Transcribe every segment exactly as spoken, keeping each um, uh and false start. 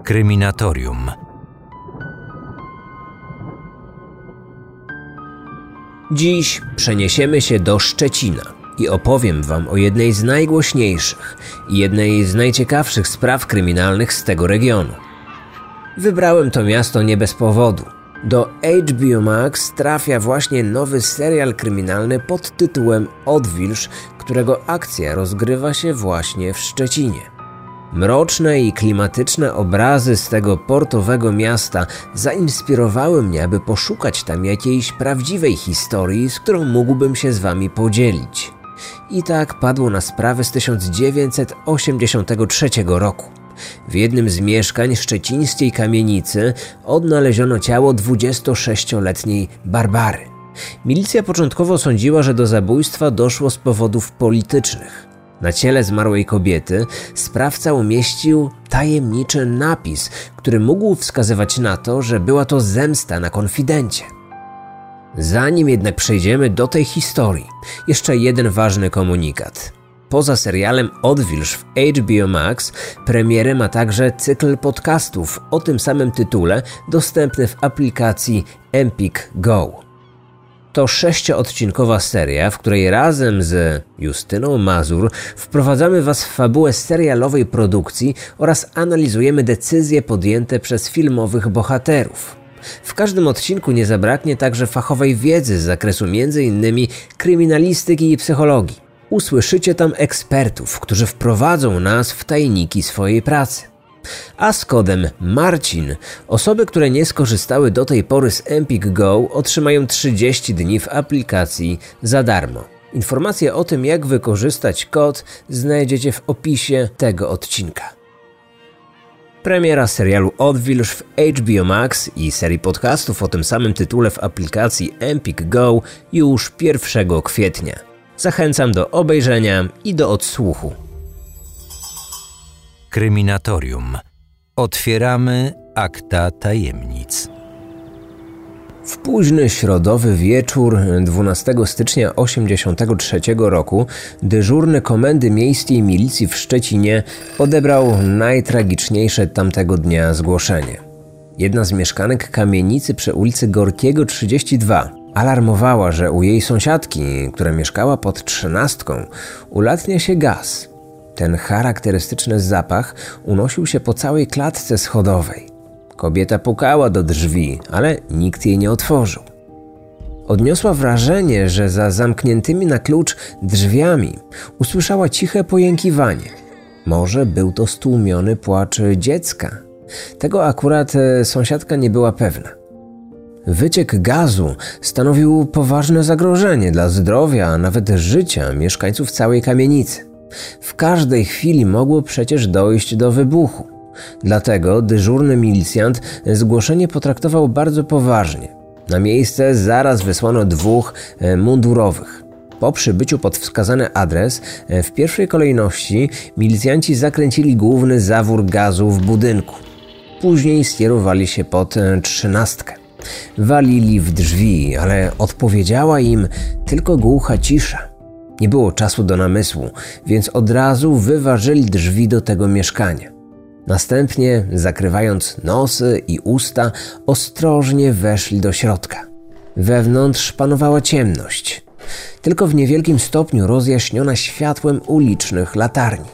Kryminatorium. Dziś przeniesiemy się do Szczecina i opowiem wam o jednej z najgłośniejszych i jednej z najciekawszych spraw kryminalnych z tego regionu. Wybrałem to miasto nie bez powodu. Do H B O Max trafia właśnie nowy serial kryminalny pod tytułem Odwilż, którego akcja rozgrywa się właśnie w Szczecinie. Mroczne i klimatyczne obrazy z tego portowego miasta zainspirowały mnie, aby poszukać tam jakiejś prawdziwej historii, z którą mógłbym się z wami podzielić. I tak padło na sprawę z tysiąc dziewięćset osiemdziesiątego trzeciego roku. W jednym z mieszkań szczecińskiej kamienicy odnaleziono ciało dwudziestosześcioletniej Barbary. Milicja początkowo sądziła, że do zabójstwa doszło z powodów politycznych. Na ciele zmarłej kobiety sprawca umieścił tajemniczy napis, który mógł wskazywać na to, że była to zemsta na konfidencie. Zanim jednak przejdziemy do tej historii, jeszcze jeden ważny komunikat. Poza serialem Odwilż w H B O Max premierę ma także cykl podcastów o tym samym tytule, dostępny w aplikacji Empik Go. To sześcioodcinkowa seria, w której razem z Justyną Mazur wprowadzamy was w fabułę serialowej produkcji oraz analizujemy decyzje podjęte przez filmowych bohaterów. W każdym odcinku nie zabraknie także fachowej wiedzy z zakresu między innymi kryminalistyki i psychologii. Usłyszycie tam ekspertów, którzy wprowadzą nas w tajniki swojej pracy. A z kodem Marcin osoby, które nie skorzystały do tej pory z Empik Go, otrzymają trzydzieści dni w aplikacji za darmo. Informacje o tym, jak wykorzystać kod, znajdziecie w opisie tego odcinka. Premiera serialu Odwilż w H B O Max i serii podcastów o tym samym tytule w aplikacji Empik Go już pierwszego kwietnia. Zachęcam do obejrzenia i do odsłuchu. Kryminatorium. Otwieramy akta tajemnic. W późny środowy wieczór dwunastego stycznia osiemdziesiątego trzeciego roku dyżurny Komendy Miejskiej Milicji w Szczecinie odebrał najtragiczniejsze tamtego dnia zgłoszenie. Jedna z mieszkanek kamienicy przy ulicy Gorkiego trzydzieści dwa alarmowała, że u jej sąsiadki, która mieszkała pod trzynastką, ulatnia się gaz. Ten charakterystyczny zapach unosił się po całej klatce schodowej. Kobieta pukała do drzwi, ale nikt jej nie otworzył. Odniosła wrażenie, że za zamkniętymi na klucz drzwiami usłyszała ciche pojękiwanie. Może był to stłumiony płacz dziecka. Tego akurat sąsiadka nie była pewna. Wyciek gazu stanowił poważne zagrożenie dla zdrowia, a nawet życia mieszkańców całej kamienicy. W każdej chwili mogło przecież dojść do wybuchu. Dlatego dyżurny milicjant zgłoszenie potraktował bardzo poważnie. Na miejsce zaraz wysłano dwóch mundurowych. Po przybyciu pod wskazany adres w pierwszej kolejności milicjanci zakręcili główny zawór gazu w budynku. Później skierowali się pod trzynastkę. Walili w drzwi, ale odpowiedziała im tylko głucha cisza. Nie było czasu do namysłu, więc od razu wyważyli drzwi do tego mieszkania. Następnie, zakrywając nosy i usta, ostrożnie weszli do środka. Wewnątrz panowała ciemność, tylko w niewielkim stopniu rozjaśniona światłem ulicznych latarni.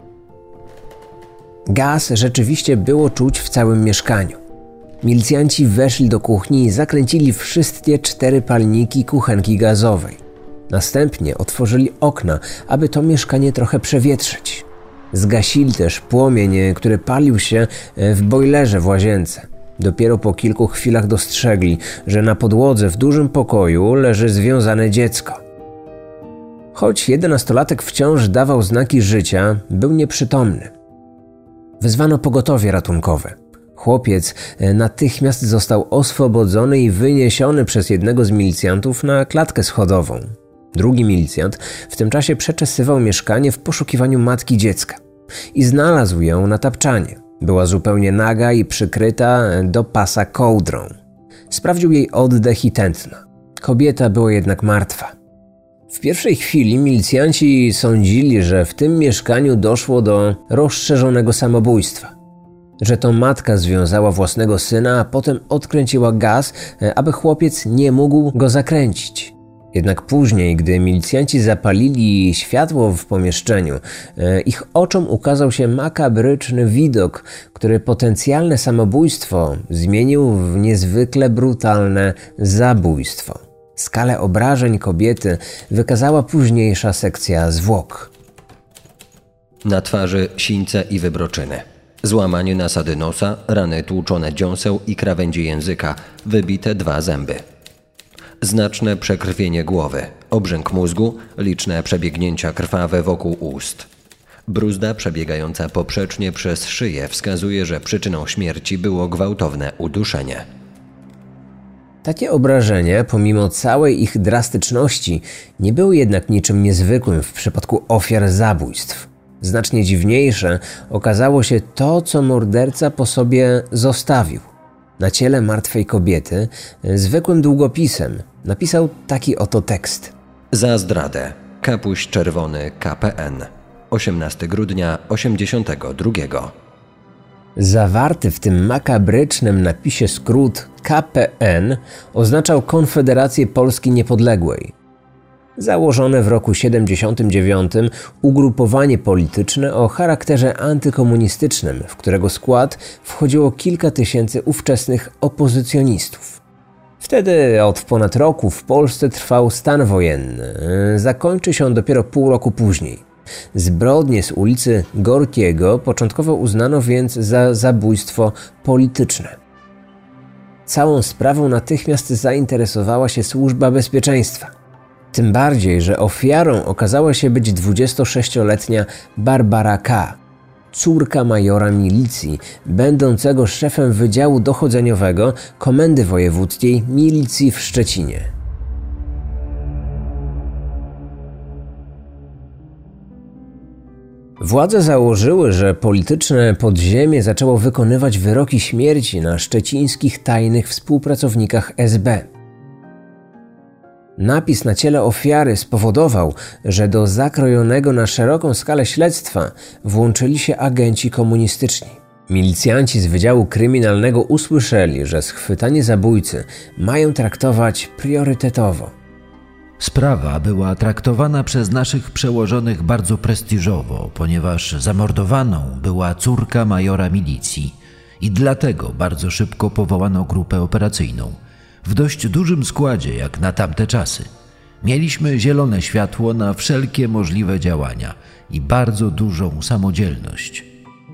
Gaz rzeczywiście było czuć w całym mieszkaniu. Milicjanci weszli do kuchni i zakręcili wszystkie cztery palniki kuchenki gazowej. Następnie otworzyli okna, aby to mieszkanie trochę przewietrzyć. Zgasili też płomień, który palił się w bojlerze w łazience. Dopiero po kilku chwilach dostrzegli, że na podłodze w dużym pokoju leży związane dziecko. Choć jedenastolatek wciąż dawał znaki życia, był nieprzytomny. Wezwano pogotowie ratunkowe. Chłopiec natychmiast został oswobodzony i wyniesiony przez jednego z milicjantów na klatkę schodową. Drugi milicjant w tym czasie przeczesywał mieszkanie w poszukiwaniu matki dziecka i znalazł ją na tapczanie. Była zupełnie naga i przykryta do pasa kołdrą. Sprawdził jej oddech i tętno. Kobieta była jednak martwa. W pierwszej chwili milicjanci sądzili, że w tym mieszkaniu doszło do rozszerzonego samobójstwa. że to matka związała własnego syna, a potem odkręciła gaz, aby chłopiec nie mógł go zakręcić. Jednak później, gdy milicjanci zapalili światło w pomieszczeniu, ich oczom ukazał się makabryczny widok, który potencjalne samobójstwo zmienił w niezwykle brutalne zabójstwo. Skalę obrażeń kobiety wykazała późniejsza sekcja zwłok. Na twarzy sińce i wybroczyny. Złamanie nasady nosa, rany tłuczone dziąseł i krawędzi języka, wybite dwa zęby. Znaczne przekrwienie głowy, obrzęk mózgu, liczne przebiegnięcia krwawe wokół ust. Bruzda przebiegająca poprzecznie przez szyję wskazuje, że przyczyną śmierci było gwałtowne uduszenie. Takie obrażenia, pomimo całej ich drastyczności, nie były jednak niczym niezwykłym w przypadku ofiar zabójstw. Znacznie dziwniejsze okazało się to, co morderca po sobie zostawił. Na ciele martwej kobiety zwykłym długopisem napisał taki oto tekst. Za zdradę. Kapuś czerwony K P N. osiemnastego grudnia osiemdziesiątego drugiego. Zawarty w tym makabrycznym napisie skrót K P N oznaczał Konfederację Polski Niepodległej. Założone w roku siedemdziesiątym dziewiątym ugrupowanie polityczne o charakterze antykomunistycznym, w którego skład wchodziło kilka tysięcy ówczesnych opozycjonistów. Wtedy od ponad roku w Polsce trwał stan wojenny. Zakończy się on dopiero pół roku później. Zbrodnie z ulicy Gorkiego początkowo uznano więc za zabójstwo polityczne. Całą sprawą natychmiast zainteresowała się Służba Bezpieczeństwa. Tym bardziej, że ofiarą okazała się być dwudziestosześcioletnia Barbara K., córka majora milicji, będącego szefem Wydziału Dochodzeniowego Komendy Wojewódzkiej Milicji w Szczecinie. Władze założyły, że polityczne podziemie zaczęło wykonywać wyroki śmierci na szczecińskich tajnych współpracownikach S B. Napis na ciele ofiary spowodował, że do zakrojonego na szeroką skalę śledztwa włączyli się agenci komunistyczni. Milicjanci z Wydziału Kryminalnego usłyszeli, że schwytanie zabójcy mają traktować priorytetowo. Sprawa była traktowana przez naszych przełożonych bardzo prestiżowo, ponieważ zamordowaną była córka majora milicji i dlatego bardzo szybko powołano grupę operacyjną. W dość dużym składzie, jak na tamte czasy. Mieliśmy zielone światło na wszelkie możliwe działania i bardzo dużą samodzielność.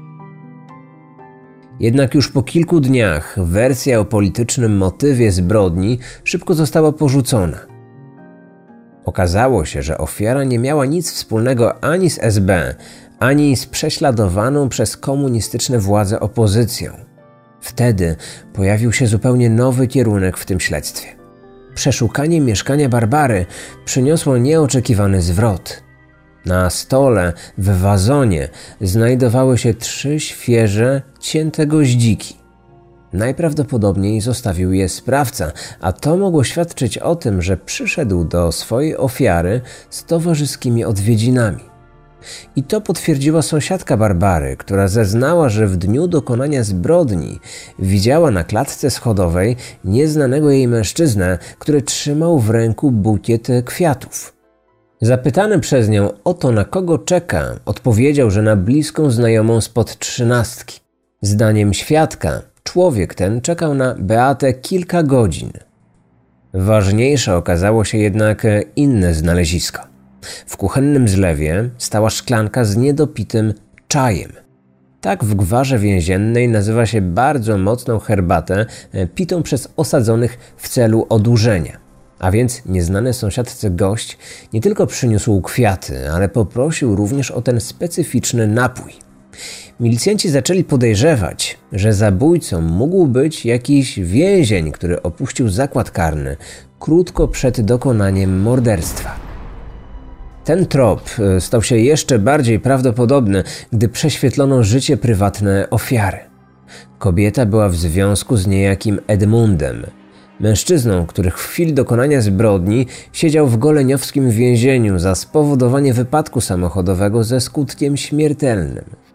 Jednak już po kilku dniach wersja o politycznym motywie zbrodni szybko została porzucona. Okazało się, że ofiara nie miała nic wspólnego ani z S B, ani z prześladowaną przez komunistyczne władze opozycją. Wtedy pojawił się zupełnie nowy kierunek w tym śledztwie. Przeszukanie mieszkania Barbary przyniosło nieoczekiwany zwrot. Na stole w wazonie znajdowały się trzy świeże, cięte goździki. Najprawdopodobniej zostawił je sprawca, a to mogło świadczyć o tym, że przyszedł do swojej ofiary z towarzyskimi odwiedzinami. I to potwierdziła sąsiadka Barbary, która zeznała, że w dniu dokonania zbrodni widziała na klatce schodowej nieznanego jej mężczyznę, który trzymał w ręku bukiet kwiatów. Zapytany przez nią o to, na kogo czeka, odpowiedział, że na bliską znajomą spod trzynastki. Zdaniem świadka, człowiek ten czekał na Beatę kilka godzin. Ważniejsze okazało się jednak inne znalezisko. W kuchennym zlewie stała szklanka z niedopitym czajem. Tak w gwarze więziennej nazywa się bardzo mocną herbatę pitą przez osadzonych w celu odurzenia. A więc nieznany sąsiadce gość nie tylko przyniósł kwiaty, ale poprosił również o ten specyficzny napój. Milicjanci zaczęli podejrzewać, że zabójcą mógł być jakiś więzień, który opuścił zakład karny krótko przed dokonaniem morderstwa. Ten trop stał się jeszcze bardziej prawdopodobny, gdy prześwietlono życie prywatne ofiary. Kobieta była w związku z niejakim Edmundem, mężczyzną, który w chwili dokonania zbrodni siedział w goleniowskim więzieniu za spowodowanie wypadku samochodowego ze skutkiem śmiertelnym.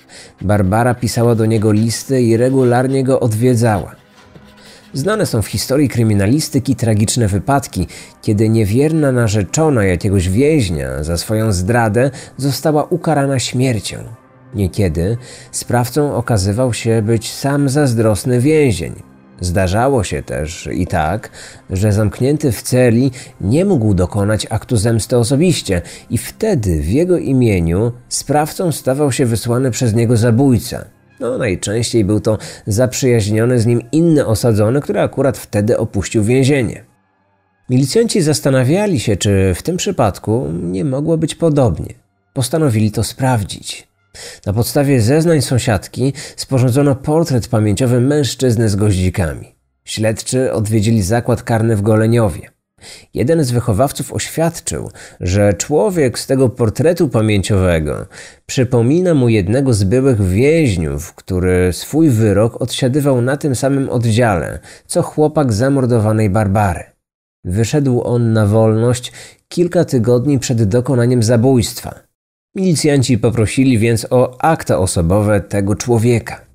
Barbara pisała do niego listy i regularnie go odwiedzała. Znane są w historii kryminalistyki tragiczne wypadki, kiedy niewierna narzeczona jakiegoś więźnia za swoją zdradę została ukarana śmiercią. Niekiedy sprawcą okazywał się być sam zazdrosny więzień. Zdarzało się też i tak, że zamknięty w celi nie mógł dokonać aktu zemsty osobiście i wtedy w jego imieniu sprawcą stawał się wysłany przez niego zabójca. No, najczęściej był to zaprzyjaźniony z nim inny osadzony, który akurat wtedy opuścił więzienie. Milicjanci zastanawiali się, czy w tym przypadku nie mogło być podobnie. Postanowili to sprawdzić. Na podstawie zeznań sąsiadki sporządzono portret pamięciowy mężczyzny z goździkami. Śledczy odwiedzili zakład karny w Goleniowie. Jeden z wychowawców oświadczył, że człowiek z tego portretu pamięciowego przypomina mu jednego z byłych więźniów, który swój wyrok odsiadywał na tym samym oddziale, co chłopak zamordowanej Barbary. Wyszedł on na wolność kilka tygodni przed dokonaniem zabójstwa. Milicjanci poprosili więc o akta osobowe tego człowieka.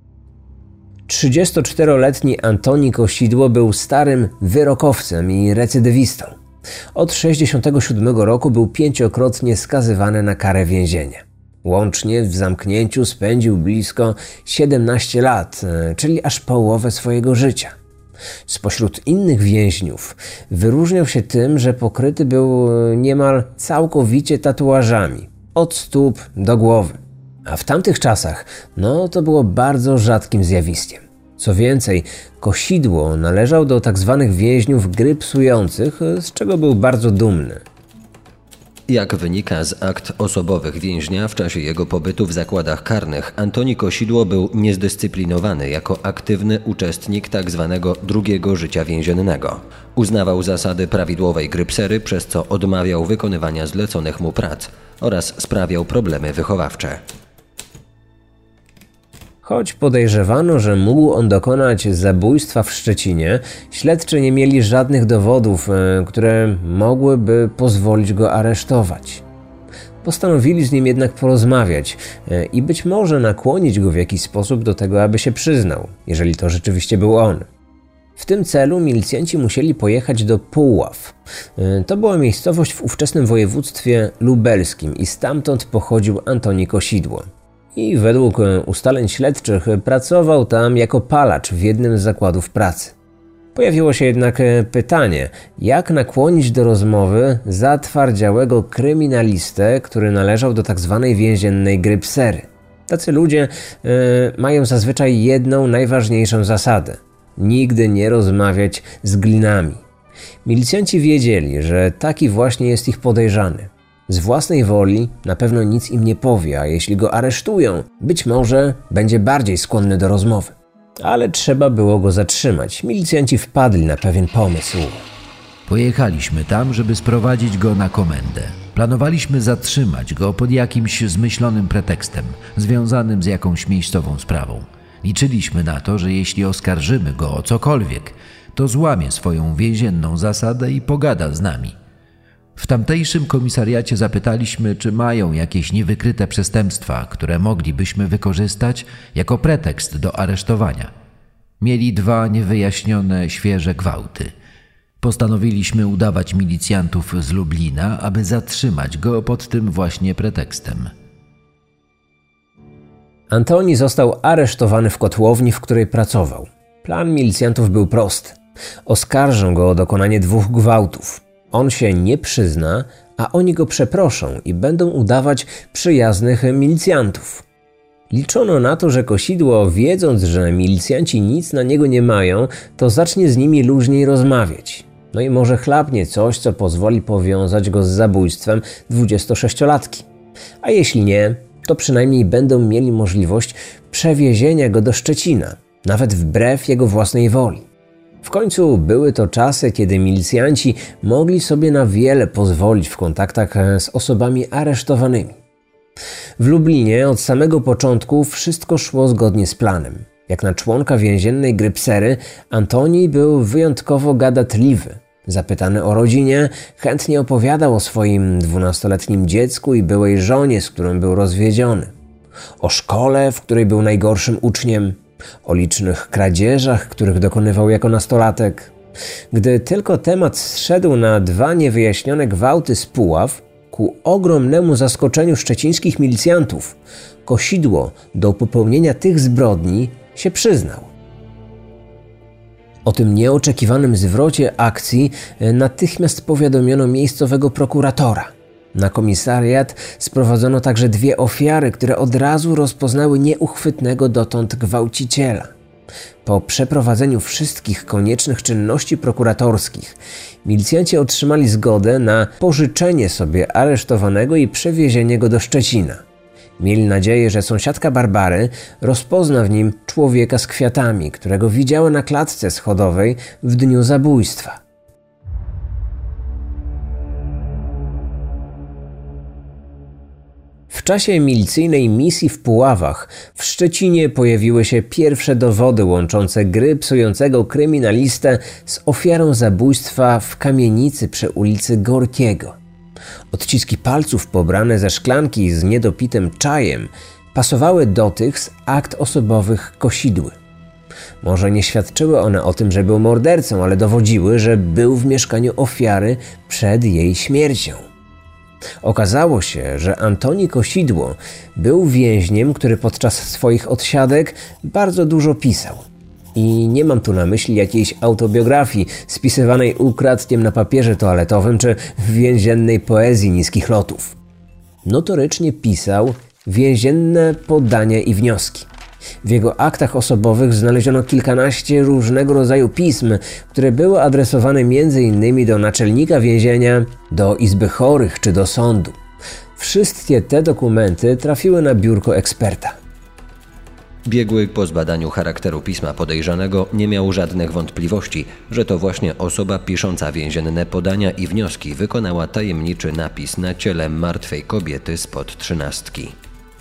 trzydziestoczteroletni Antoni Kosidło był starym wyrokowcem i recydywistą. Od sześćdziesiątego siódmego roku był pięciokrotnie skazywany na karę więzienia. Łącznie w zamknięciu spędził blisko siedemnaście lat, czyli aż połowę swojego życia. Spośród innych więźniów wyróżniał się tym, że pokryty był niemal całkowicie tatuażami, od stóp do głowy. A w tamtych czasach, no to było bardzo rzadkim zjawiskiem. Co więcej, Kosidło należał do tak zwanych więźniów gry psujących, z czego był bardzo dumny. Jak wynika z akt osobowych więźnia, w czasie jego pobytu w zakładach karnych Antoni Kosidło był niezdyscyplinowany jako aktywny uczestnik tzw. drugiego życia więziennego. Uznawał zasady prawidłowej gry psery, przez co odmawiał wykonywania zleconych mu prac oraz sprawiał problemy wychowawcze. Choć podejrzewano, że mógł on dokonać zabójstwa w Szczecinie, śledczy nie mieli żadnych dowodów, które mogłyby pozwolić go aresztować. Postanowili z nim jednak porozmawiać i być może nakłonić go w jakiś sposób do tego, aby się przyznał, jeżeli to rzeczywiście był on. W tym celu milicjanci musieli pojechać do Puław. To była miejscowość w ówczesnym województwie lubelskim i stamtąd pochodził Antoni Kosidło. I według ustaleń śledczych pracował tam jako palacz w jednym z zakładów pracy. Pojawiło się jednak pytanie, jak nakłonić do rozmowy zatwardziałego kryminalistę, który należał do tak zwanej więziennej gry psery. Tacy ludzie yy, mają zazwyczaj jedną najważniejszą zasadę – nigdy nie rozmawiać z glinami. Milicjanci wiedzieli, że taki właśnie jest ich podejrzany. Z własnej woli na pewno nic im nie powie, a jeśli go aresztują, być może będzie bardziej skłonny do rozmowy. Ale trzeba było go zatrzymać. Milicjanci wpadli na pewien pomysł. Pojechaliśmy tam, żeby sprowadzić go na komendę. Planowaliśmy zatrzymać go pod jakimś zmyślonym pretekstem, związanym z jakąś miejscową sprawą. Liczyliśmy na to, że jeśli oskarżymy go o cokolwiek, to złamie swoją więzienną zasadę i pogada z nami. W tamtejszym komisariacie zapytaliśmy, czy mają jakieś niewykryte przestępstwa, które moglibyśmy wykorzystać jako pretekst do aresztowania. Mieli dwa niewyjaśnione, świeże gwałty. Postanowiliśmy udawać milicjantów z Lublina, aby zatrzymać go pod tym właśnie pretekstem. Antoni został aresztowany w kotłowni, w której pracował. Plan milicjantów był prosty. Oskarżą go o dokonanie dwóch gwałtów. On się nie przyzna, a oni go przeproszą i będą udawać przyjaznych milicjantów. Liczono na to, że Kosidło, wiedząc, że milicjanci nic na niego nie mają, to zacznie z nimi luźniej rozmawiać. No i może chlapnie coś, co pozwoli powiązać go z zabójstwem dwudziestosześciolatki. A jeśli nie, to przynajmniej będą mieli możliwość przewiezienia go do Szczecina, nawet wbrew jego własnej woli. W końcu były to czasy, kiedy milicjanci mogli sobie na wiele pozwolić w kontaktach z osobami aresztowanymi. W Lublinie od samego początku wszystko szło zgodnie z planem. Jak na członka więziennej gry psery, Antoni był wyjątkowo gadatliwy. Zapytany o rodzinie, chętnie opowiadał o swoim dwunastoletnim dziecku i byłej żonie, z którą był rozwiedziony. O szkole, w której był najgorszym uczniem, o licznych kradzieżach, których dokonywał jako nastolatek. Gdy tylko temat zszedł na dwa niewyjaśnione gwałty z Puław, ku ogromnemu zaskoczeniu szczecińskich milicjantów, Kosidło do popełnienia tych zbrodni się przyznał. O tym nieoczekiwanym zwrocie akcji natychmiast powiadomiono miejscowego prokuratora. Na komisariat sprowadzono także dwie ofiary, które od razu rozpoznały nieuchwytnego dotąd gwałciciela. Po przeprowadzeniu wszystkich koniecznych czynności prokuratorskich, milicjanci otrzymali zgodę na pożyczenie sobie aresztowanego i przewiezienie go do Szczecina. Mieli nadzieję, że sąsiadka Barbary rozpozna w nim człowieka z kwiatami, którego widziała na klatce schodowej w dniu zabójstwa. W czasie milicyjnej misji w Puławach w Szczecinie pojawiły się pierwsze dowody łączące gry psującego kryminalistę z ofiarą zabójstwa w kamienicy przy ulicy Gorkiego. Odciski palców pobrane ze szklanki z niedopitym czajem pasowały do tych z akt osobowych Kosidły. Może nie świadczyły one o tym, że był mordercą, ale dowodziły, że był w mieszkaniu ofiary przed jej śmiercią. Okazało się, że Antoni Kosidło był więźniem, który podczas swoich odsiadek bardzo dużo pisał. I nie mam tu na myśli jakiejś autobiografii spisywanej ukradkiem na papierze toaletowym czy więziennej poezji niskich lotów. Notorycznie pisał więzienne podania i wnioski. W jego aktach osobowych znaleziono kilkanaście różnego rodzaju pism, które były adresowane między innymi do naczelnika więzienia, do izby chorych czy do sądu. Wszystkie te dokumenty trafiły na biurko eksperta. Biegły po zbadaniu charakteru pisma podejrzanego nie miał żadnych wątpliwości, że to właśnie osoba pisząca więzienne podania i wnioski wykonała tajemniczy napis na ciele martwej kobiety spod trzynastki.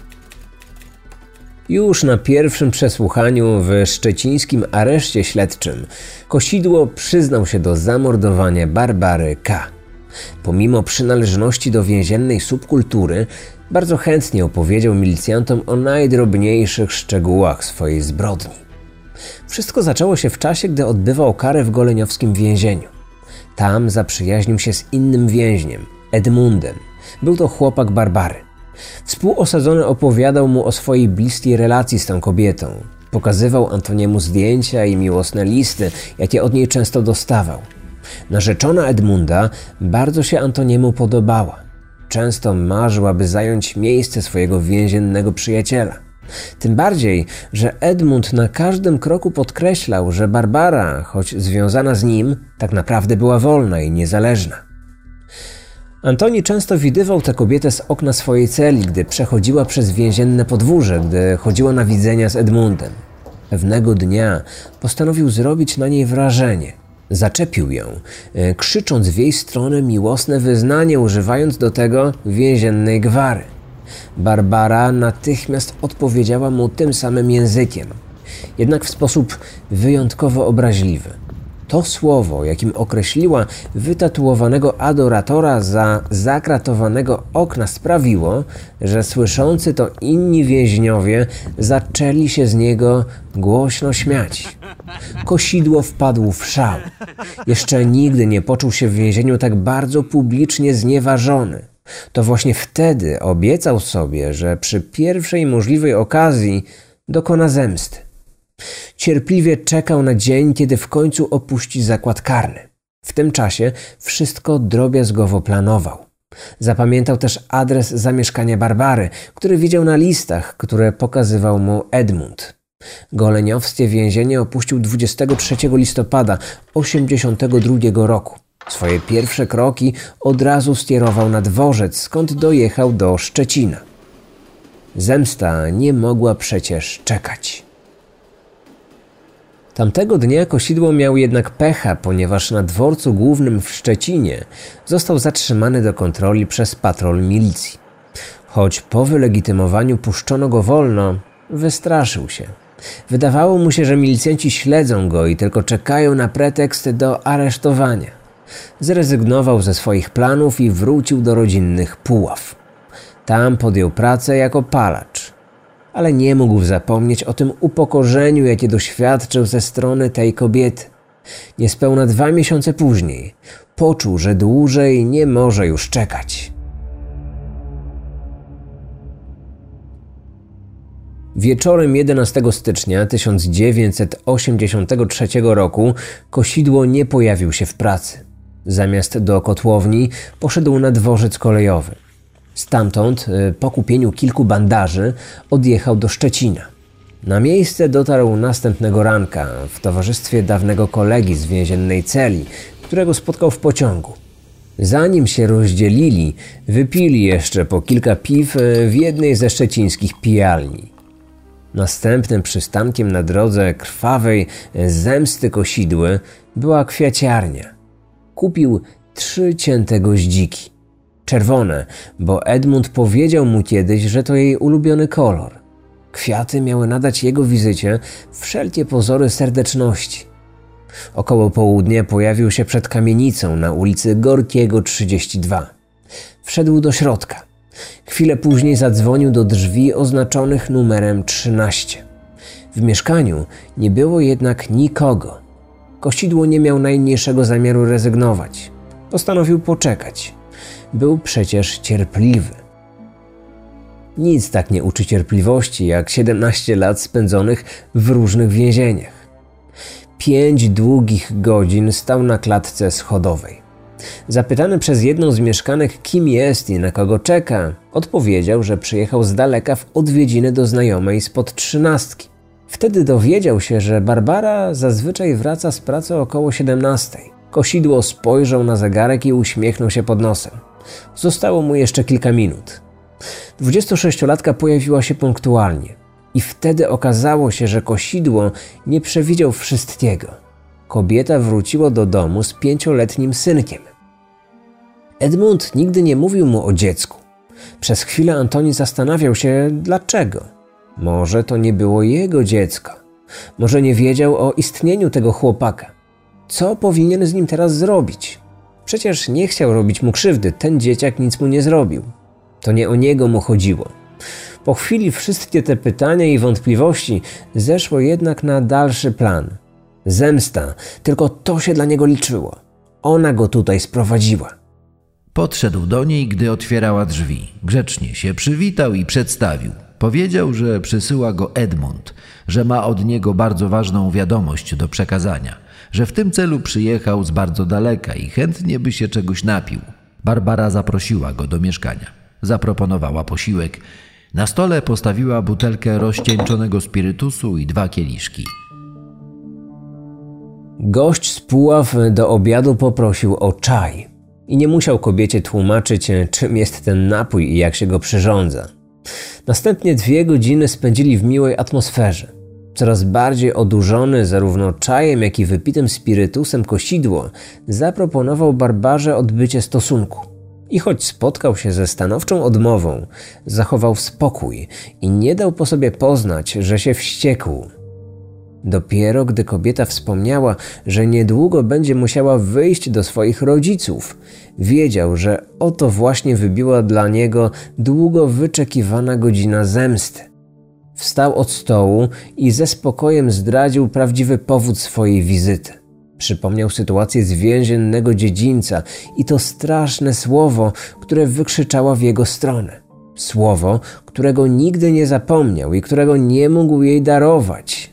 Już na pierwszym przesłuchaniu w szczecińskim areszcie śledczym Kosidło przyznał się do zamordowania Barbary K. Pomimo przynależności do więziennej subkultury, bardzo chętnie opowiedział milicjantom o najdrobniejszych szczegółach swojej zbrodni. Wszystko zaczęło się w czasie, gdy odbywał karę w goleniowskim więzieniu. Tam zaprzyjaźnił się z innym więźniem, Edmundem. Był to chłopak Barbary. Współosadzony opowiadał mu o swojej bliskiej relacji z tą kobietą. Pokazywał Antoniemu zdjęcia i miłosne listy, jakie od niej często dostawał. Narzeczona Edmunda bardzo się Antoniemu podobała. Często marzył, aby zająć miejsce swojego więziennego przyjaciela. Tym bardziej, że Edmund na każdym kroku podkreślał, że Barbara, choć związana z nim, tak naprawdę była wolna i niezależna. Antoni często widywał tę kobietę z okna swojej celi, gdy przechodziła przez więzienne podwórze, gdy chodziła na widzenia z Edmundem. Pewnego dnia postanowił zrobić na niej wrażenie. Zaczepił ją, krzycząc w jej stronę miłosne wyznanie, używając do tego więziennej gwary. Barbara natychmiast odpowiedziała mu tym samym językiem, jednak w sposób wyjątkowo obraźliwy. To słowo, jakim określiła wytatuowanego adoratora za zakratowanego okna, sprawiło, że słyszący to inni więźniowie zaczęli się z niego głośno śmiać. Kosidło wpadł w szał. Jeszcze nigdy nie poczuł się w więzieniu tak bardzo publicznie znieważony. To właśnie wtedy obiecał sobie, że przy pierwszej możliwej okazji dokona zemsty. Cierpliwie czekał na dzień, kiedy w końcu opuści zakład karny. W tym czasie wszystko drobiazgowo planował. Zapamiętał też adres zamieszkania Barbary, który widział na listach, które pokazywał mu Edmund. Goleniowskie więzienie opuścił dwudziestego trzeciego listopada osiemdziesiątego drugiego roku. Swoje pierwsze kroki od razu skierował na dworzec, skąd dojechał do Szczecina. Zemsta nie mogła przecież czekać. Tamtego dnia Kosidło miał jednak pecha, ponieważ na dworcu głównym w Szczecinie został zatrzymany do kontroli przez patrol milicji. Choć po wylegitymowaniu puszczono go wolno, wystraszył się. Wydawało mu się, że milicjanci śledzą go i tylko czekają na pretekst do aresztowania. Zrezygnował ze swoich planów i wrócił do rodzinnych Puław. Tam podjął pracę jako palacz. ale nie mógł zapomnieć o tym upokorzeniu, jakie doświadczył ze strony tej kobiety. Niespełna dwa miesiące później poczuł, że dłużej nie może już czekać. Wieczorem jedenastego stycznia tysiąc dziewięćset osiemdziesiątego trzeciego roku Kosidło nie pojawił się w pracy. Zamiast do kotłowni poszedł na dworzec kolejowy. Stamtąd, po kupieniu kilku bandaży, odjechał do Szczecina. Na miejsce dotarł następnego ranka w towarzystwie dawnego kolegi z więziennej celi, którego spotkał w pociągu. Zanim się rozdzielili, wypili jeszcze po kilka piw w jednej ze szczecińskich pijalni. Następnym przystankiem na drodze krwawej zemsty Kosidły była kwiaciarnia. Kupił trzy cięte goździki. Czerwone, bo Edmund powiedział mu kiedyś, że to jej ulubiony kolor. Kwiaty miały nadać jego wizycie wszelkie pozory serdeczności. Około południa pojawił się przed kamienicą na ulicy Gorkiego trzydzieści dwa. Wszedł do środka. Chwilę później zadzwonił do drzwi oznaczonych numerem trzynaście. W mieszkaniu nie było jednak nikogo. Kosidło nie miał najmniejszego zamiaru rezygnować. Postanowił poczekać. Był przecież cierpliwy. Nic tak nie uczy cierpliwości, jak siedemnaście lat spędzonych w różnych więzieniach. Pięć długich godzin stał na klatce schodowej. Zapytany przez jedną z mieszkanek, kim jest i na kogo czeka, odpowiedział, że przyjechał z daleka w odwiedziny do znajomej spod trzynastki. Wtedy dowiedział się, że Barbara zazwyczaj wraca z pracy około siedemnastej. Kosidło spojrzał na zegarek i uśmiechnął się pod nosem. Zostało mu jeszcze kilka minut. Dwudziestosześciolatka pojawiła się punktualnie i wtedy okazało się, że Kosidło nie przewidział wszystkiego. Kobieta wróciła do domu z pięcioletnim synkiem. Edmund nigdy nie mówił mu o dziecku. Przez chwilę Antoni zastanawiał się, dlaczego. Może to nie było jego dziecko. Może nie wiedział o istnieniu tego chłopaka. Co powinien z nim teraz zrobić? Przecież nie chciał robić mu krzywdy, ten dzieciak nic mu nie zrobił. To nie o niego mu chodziło. Po chwili wszystkie te pytania i wątpliwości zeszło jednak na dalszy plan. Zemsta, tylko to się dla niego liczyło. Ona go tutaj sprowadziła. Podszedł do niej, gdy otwierała drzwi. Grzecznie się przywitał i przedstawił. Powiedział, że przysyła go Edmund, że ma od niego bardzo ważną wiadomość do przekazania, że w tym celu przyjechał z bardzo daleka i chętnie by się czegoś napił. Barbara zaprosiła go do mieszkania. Zaproponowała posiłek. Na stole postawiła butelkę rozcieńczonego spirytusu i dwa kieliszki. Gość z Puław do obiadu poprosił o czaj i nie musiał kobiecie tłumaczyć, czym jest ten napój i jak się go przyrządza. Następnie dwie godziny spędzili w miłej atmosferze. Coraz bardziej odurzony zarówno czajem, jak i wypitym spirytusem Kosidło zaproponował Barbarze odbycie stosunku. I choć spotkał się ze stanowczą odmową, zachował spokój i nie dał po sobie poznać, że się wściekł. Dopiero gdy kobieta wspomniała, że niedługo będzie musiała wyjść do swoich rodziców, wiedział, że oto właśnie wybiła dla niego długo wyczekiwana godzina zemsty. Wstał od stołu i ze spokojem zdradził prawdziwy powód swojej wizyty. Przypomniał sytuację z więziennego dziedzińca i to straszne słowo, które wykrzyczała w jego stronę. Słowo, którego nigdy nie zapomniał i którego nie mógł jej darować.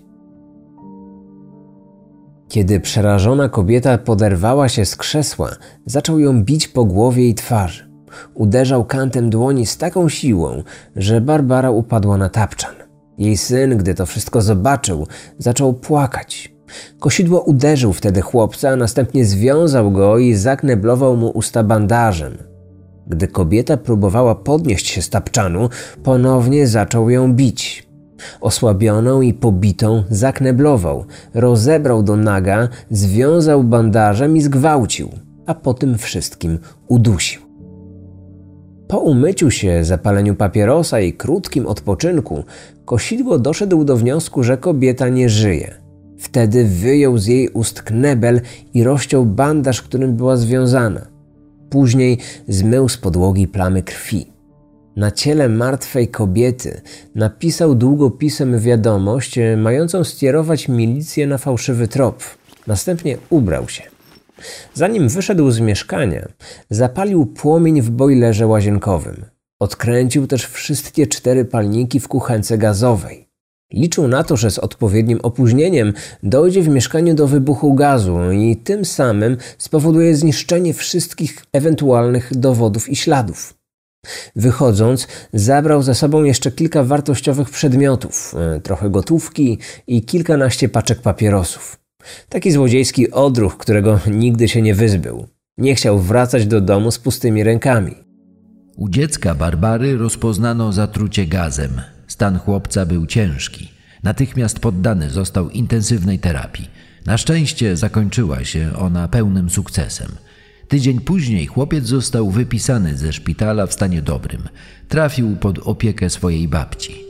Kiedy przerażona kobieta poderwała się z krzesła, zaczął ją bić po głowie i twarzy. Uderzał kantem dłoni z taką siłą, że Barbara upadła na tapczan. Jej syn, gdy to wszystko zobaczył, zaczął płakać. Kosidło uderzył wtedy chłopca, a następnie związał go i zakneblował mu usta bandażem. Gdy kobieta próbowała podnieść się z tapczanu, ponownie zaczął ją bić. Osłabioną i pobitą zakneblował, rozebrał do naga, związał bandażem i zgwałcił, a po tym wszystkim udusił. Po umyciu się, zapaleniu papierosa i krótkim odpoczynku, Kosidło doszedł do wniosku, że kobieta nie żyje. Wtedy wyjął z jej ust knebel i rozciął bandaż, którym była związana. Później zmył z podłogi plamy krwi. Na ciele martwej kobiety napisał długopisem wiadomość, mającą skierować milicję na fałszywy trop. Następnie ubrał się. Zanim wyszedł z mieszkania, zapalił płomień w bojlerze łazienkowym. Odkręcił też wszystkie cztery palniki w kuchence gazowej. Liczył na to, że z odpowiednim opóźnieniem dojdzie w mieszkaniu do wybuchu gazu i tym samym spowoduje zniszczenie wszystkich ewentualnych dowodów i śladów. Wychodząc, zabrał ze sobą jeszcze kilka wartościowych przedmiotów, trochę gotówki i kilkanaście paczek papierosów. Taki złodziejski odruch, którego nigdy się nie wyzbył. Nie chciał wracać do domu z pustymi rękami. U dziecka Barbary rozpoznano zatrucie gazem. Stan chłopca był ciężki. Natychmiast poddany został intensywnej terapii. Na szczęście zakończyła się ona pełnym sukcesem. Tydzień później chłopiec został wypisany ze szpitala w stanie dobrym. Trafił pod opiekę swojej babci.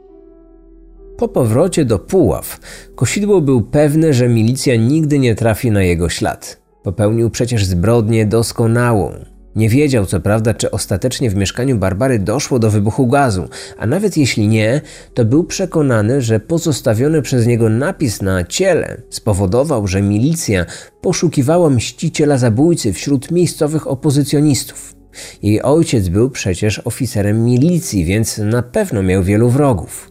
Po powrocie do Puław Kosidło był pewny, że milicja nigdy nie trafi na jego ślad. Popełnił przecież zbrodnię doskonałą. Nie wiedział co prawda, czy ostatecznie w mieszkaniu Barbary doszło do wybuchu gazu, a nawet jeśli nie, to był przekonany, że pozostawiony przez niego napis na ciele spowodował, że milicja poszukiwała mściciela zabójcy wśród miejscowych opozycjonistów. Jej ojciec był przecież oficerem milicji, więc na pewno miał wielu wrogów.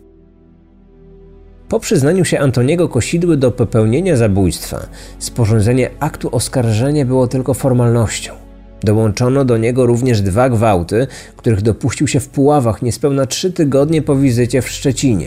Po przyznaniu się Antoniego Kosidły do popełnienia zabójstwa, sporządzenie aktu oskarżenia było tylko formalnością. Dołączono do niego również dwa gwałty, których dopuścił się w Puławach niespełna trzy tygodnie po wizycie w Szczecinie.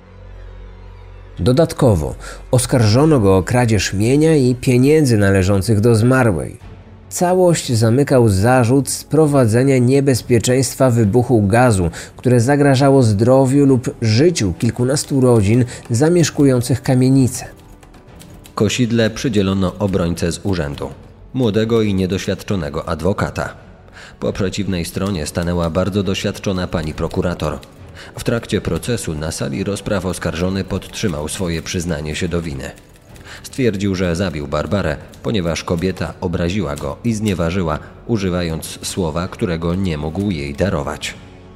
Dodatkowo oskarżono go o kradzież mienia i pieniędzy należących do zmarłej. Całość zamykał zarzut sprowadzenia niebezpieczeństwa wybuchu gazu, które zagrażało zdrowiu lub życiu kilkunastu rodzin zamieszkujących kamienicę. Kosidle przydzielono obrońcę z urzędu, młodego i niedoświadczonego adwokata. Po przeciwnej stronie stanęła bardzo doświadczona pani prokurator. W trakcie procesu na sali rozpraw oskarżony podtrzymał swoje przyznanie się do winy. Stwierdził, że zabił Barbarę, ponieważ kobieta obraziła go i znieważyła, używając słowa, którego nie mógł jej darować.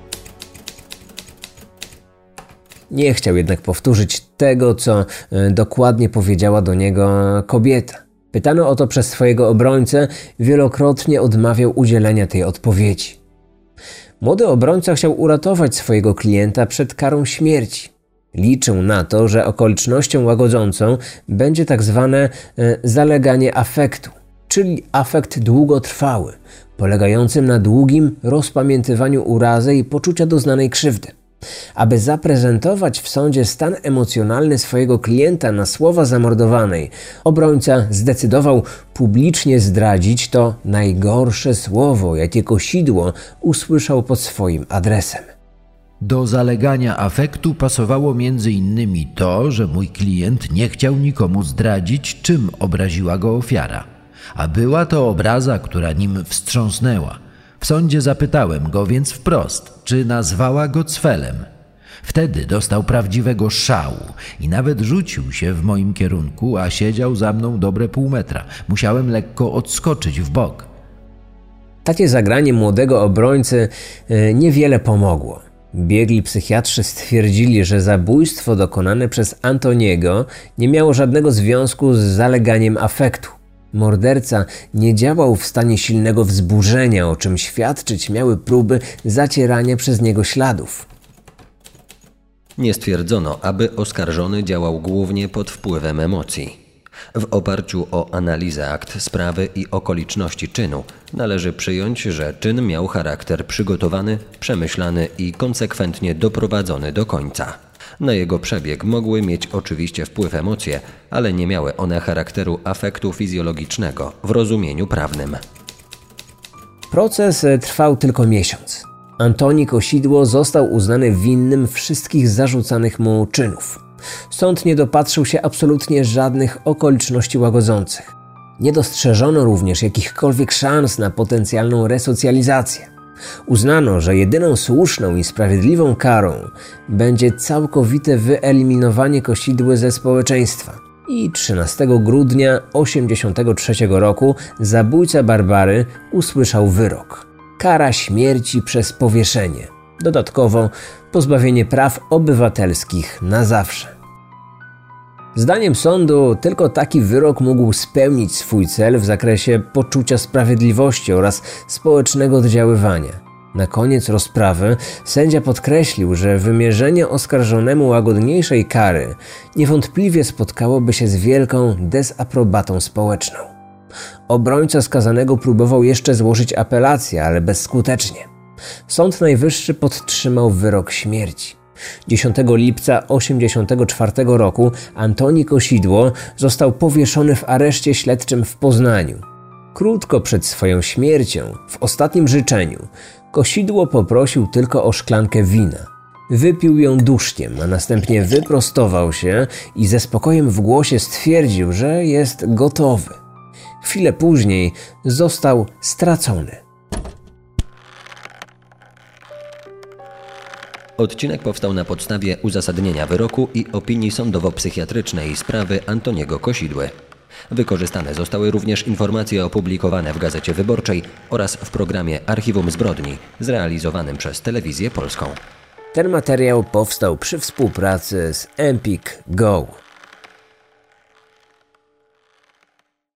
Nie chciał jednak powtórzyć tego, co dokładnie powiedziała do niego kobieta. Pytano o to przez swojego obrońcę, wielokrotnie odmawiał udzielenia tej odpowiedzi. Młody obrońca chciał uratować swojego klienta przed karą śmierci. Liczył na to, że okolicznością łagodzącą będzie tak zwane zaleganie afektu, czyli afekt długotrwały, polegającym na długim rozpamiętywaniu urazy i poczucia doznanej krzywdy. Aby zaprezentować w sądzie stan emocjonalny swojego klienta na słowa zamordowanej, obrońca zdecydował publicznie zdradzić to najgorsze słowo, jakie Kosidło usłyszał pod swoim adresem. Do zalegania afektu pasowało między innymi to, że mój klient nie chciał nikomu zdradzić, czym obraziła go ofiara. A była to obraza, która nim wstrząsnęła. W sądzie zapytałem go więc wprost, czy nazwała go cwelem. Wtedy dostał prawdziwego szału i nawet rzucił się w moim kierunku, a siedział za mną dobre pół metra. Musiałem lekko odskoczyć w bok. Takie zagranie młodego obrońcy yy, niewiele pomogło. Biegli psychiatrzy stwierdzili, że zabójstwo dokonane przez Antoniego nie miało żadnego związku z zaleganiem afektu. Morderca nie działał w stanie silnego wzburzenia, o czym świadczyć miały próby zacierania przez niego śladów. Nie stwierdzono, aby oskarżony działał głównie pod wpływem emocji. W oparciu o analizę akt sprawy i okoliczności czynu należy przyjąć, że czyn miał charakter przygotowany, przemyślany i konsekwentnie doprowadzony do końca. Na jego przebieg mogły mieć oczywiście wpływ emocje, ale nie miały one charakteru afektu fizjologicznego w rozumieniu prawnym. Proces trwał tylko miesiąc. Antoni Kosidło został uznany winnym wszystkich zarzucanych mu czynów. Sąd nie dopatrzył się absolutnie żadnych okoliczności łagodzących. Nie dostrzeżono również jakichkolwiek szans na potencjalną resocjalizację. Uznano, że jedyną słuszną i sprawiedliwą karą będzie całkowite wyeliminowanie Kosidły ze społeczeństwa. I trzynastego grudnia tysiąc dziewięćset osiemdziesiątego trzeciego roku zabójca Barbary usłyszał wyrok. Kara śmierci przez powieszenie. Dodatkowo pozbawienie praw obywatelskich na zawsze. Zdaniem sądu tylko taki wyrok mógł spełnić swój cel w zakresie poczucia sprawiedliwości oraz społecznego oddziaływania. Na koniec rozprawy sędzia podkreślił, że wymierzenie oskarżonemu łagodniejszej kary niewątpliwie spotkałoby się z wielką dezaprobatą społeczną. Obrońca skazanego próbował jeszcze złożyć apelację, ale bezskutecznie. Sąd Najwyższy podtrzymał wyrok śmierci. dziesiątego lipca tysiąc dziewięćset osiemdziesiątego czwartego roku Antoni Kosidło został powieszony w areszcie śledczym w Poznaniu. Krótko przed swoją śmiercią, w ostatnim życzeniu, Kosidło poprosił tylko o szklankę wina. Wypił ją duszkiem, a następnie wyprostował się i ze spokojem w głosie stwierdził, że jest gotowy. Chwilę później został stracony. Odcinek powstał na podstawie uzasadnienia wyroku i opinii sądowo-psychiatrycznej sprawy Antoniego Kosidły. Wykorzystane zostały również informacje opublikowane w Gazecie Wyborczej oraz w programie Archiwum Zbrodni zrealizowanym przez Telewizję Polską. Ten materiał powstał przy współpracy z Empik Go.